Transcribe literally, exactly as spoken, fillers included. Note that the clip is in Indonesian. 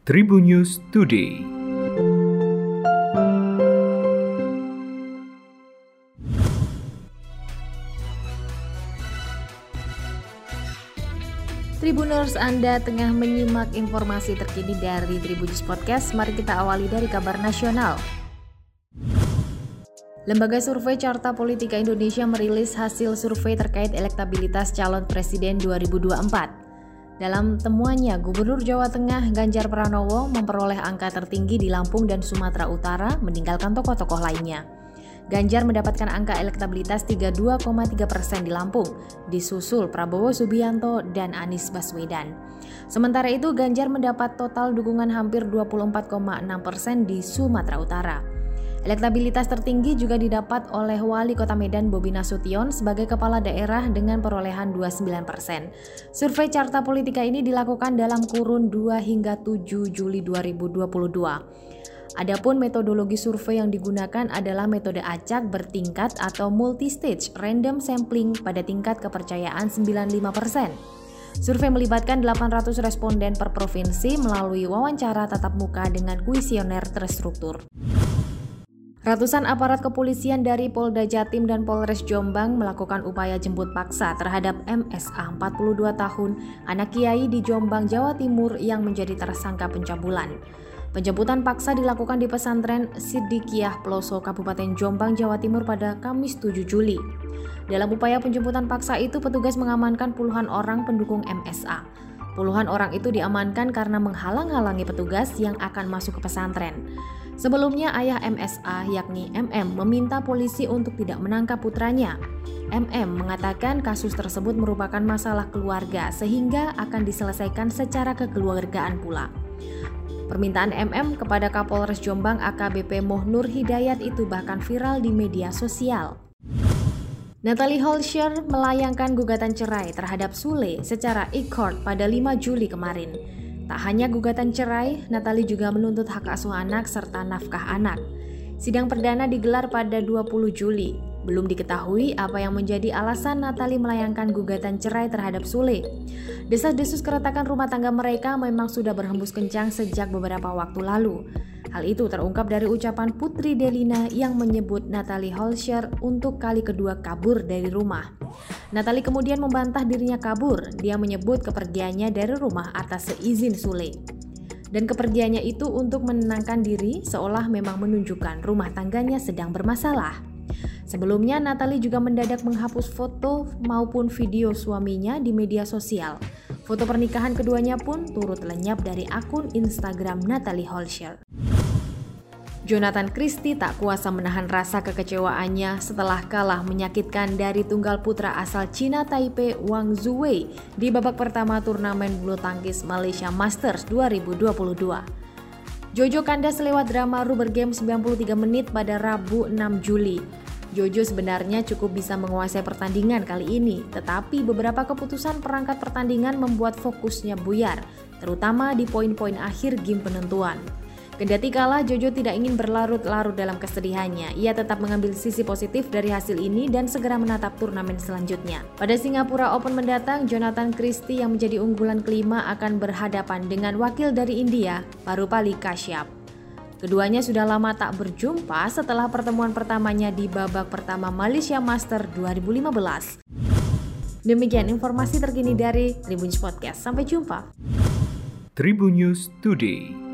Tribun News Today. Tribuners, Anda tengah menyimak informasi terkini dari Tribun News Podcast. Mari kita awali dari kabar nasional. Lembaga Survei Carta Politika Indonesia merilis hasil survei terkait elektabilitas calon presiden dua ribu dua puluh empat. Dalam temuannya, Gubernur Jawa Tengah Ganjar Pranowo memperoleh angka tertinggi di Lampung dan Sumatera Utara, meninggalkan tokoh-tokoh lainnya. Ganjar mendapatkan angka elektabilitas tiga puluh dua koma tiga persen di Lampung, disusul Prabowo Subianto dan Anies Baswedan. Sementara itu, Ganjar mendapat total dukungan hampir dua puluh empat koma enam persen di Sumatera Utara. Elektabilitas tertinggi juga didapat oleh Wali Kota Medan Bobi Nasution sebagai kepala daerah dengan perolehan dua puluh sembilan persen. Survei Carta Politika ini dilakukan dalam kurun dua hingga tujuh Juli dua ribu dua puluh dua. Adapun metodologi survei yang digunakan adalah metode acak bertingkat atau multi-stage random sampling pada tingkat kepercayaan sembilan puluh lima persen. Survei melibatkan delapan ratus responden per provinsi melalui wawancara tatap muka dengan kuesioner terstruktur. Ratusan aparat kepolisian dari Polda Jatim dan Polres Jombang melakukan upaya jemput paksa terhadap M S A empat puluh dua tahun, anak kiai di Jombang, Jawa Timur yang menjadi tersangka pencabulan. Penjemputan paksa dilakukan di pesantren Siddiqiyah Ploso, Kabupaten Jombang, Jawa Timur pada Kamis tujuh Juli. Dalam upaya penjemputan paksa itu, petugas mengamankan puluhan orang pendukung M S A. Puluhan orang itu diamankan karena menghalang-halangi petugas yang akan masuk ke pesantren. Sebelumnya, ayah M S A yakni M M meminta polisi untuk tidak menangkap putranya. M M mengatakan kasus tersebut merupakan masalah keluarga sehingga akan diselesaikan secara kekeluargaan pula. Permintaan M M kepada Kapolres Jombang A K B P Mohnur Hidayat itu bahkan viral di media sosial. Natalie Holscher melayangkan gugatan cerai terhadap Sule secara e-court pada lima Juli kemarin. Tak hanya gugatan cerai, Natalie juga menuntut hak asuh anak serta nafkah anak. Sidang perdana digelar pada dua puluh Juli. Belum diketahui apa yang menjadi alasan Natalie melayangkan gugatan cerai terhadap Sule. Desas-desus keretakan rumah tangga mereka memang sudah berhembus kencang sejak beberapa waktu lalu. Hal itu terungkap dari ucapan Putri Delina yang menyebut Natalie Holscher untuk kali kedua kabur dari rumah. Natalie kemudian membantah dirinya kabur. Dia menyebut kepergiannya dari rumah atas seizin Sule. Dan kepergiannya itu untuk menenangkan diri, seolah memang menunjukkan rumah tangganya sedang bermasalah. Sebelumnya, Natalie juga mendadak menghapus foto maupun video suaminya di media sosial. Foto pernikahan keduanya pun turut lenyap dari akun Instagram Natalie Holscher. Jonathan Christie tak kuasa menahan rasa kekecewaannya setelah kalah menyakitkan dari tunggal putra asal Cina Taipei Wang Zuwei di babak pertama turnamen bulu tangkis Malaysia Masters dua ribu dua puluh dua. Jojo kandas lewat drama rubber game sembilan puluh tiga menit pada Rabu enam Juli. Jojo sebenarnya cukup bisa menguasai pertandingan kali ini, tetapi beberapa keputusan perangkat pertandingan membuat fokusnya buyar, terutama di poin-poin akhir game penentuan. Kendati kalah, Jojo tidak ingin berlarut-larut dalam kesedihannya. Ia tetap mengambil sisi positif dari hasil ini dan segera menatap turnamen selanjutnya. Pada Singapura Open mendatang, Jonathan Christie yang menjadi unggulan kelima akan berhadapan dengan wakil dari India, Parupalli Kashyap. Keduanya sudah lama tak berjumpa setelah pertemuan pertamanya di babak pertama Malaysia Masters dua ribu lima belas. Demikian informasi terkini dari Tribun News Podcast. Sampai jumpa. Tribun News Today.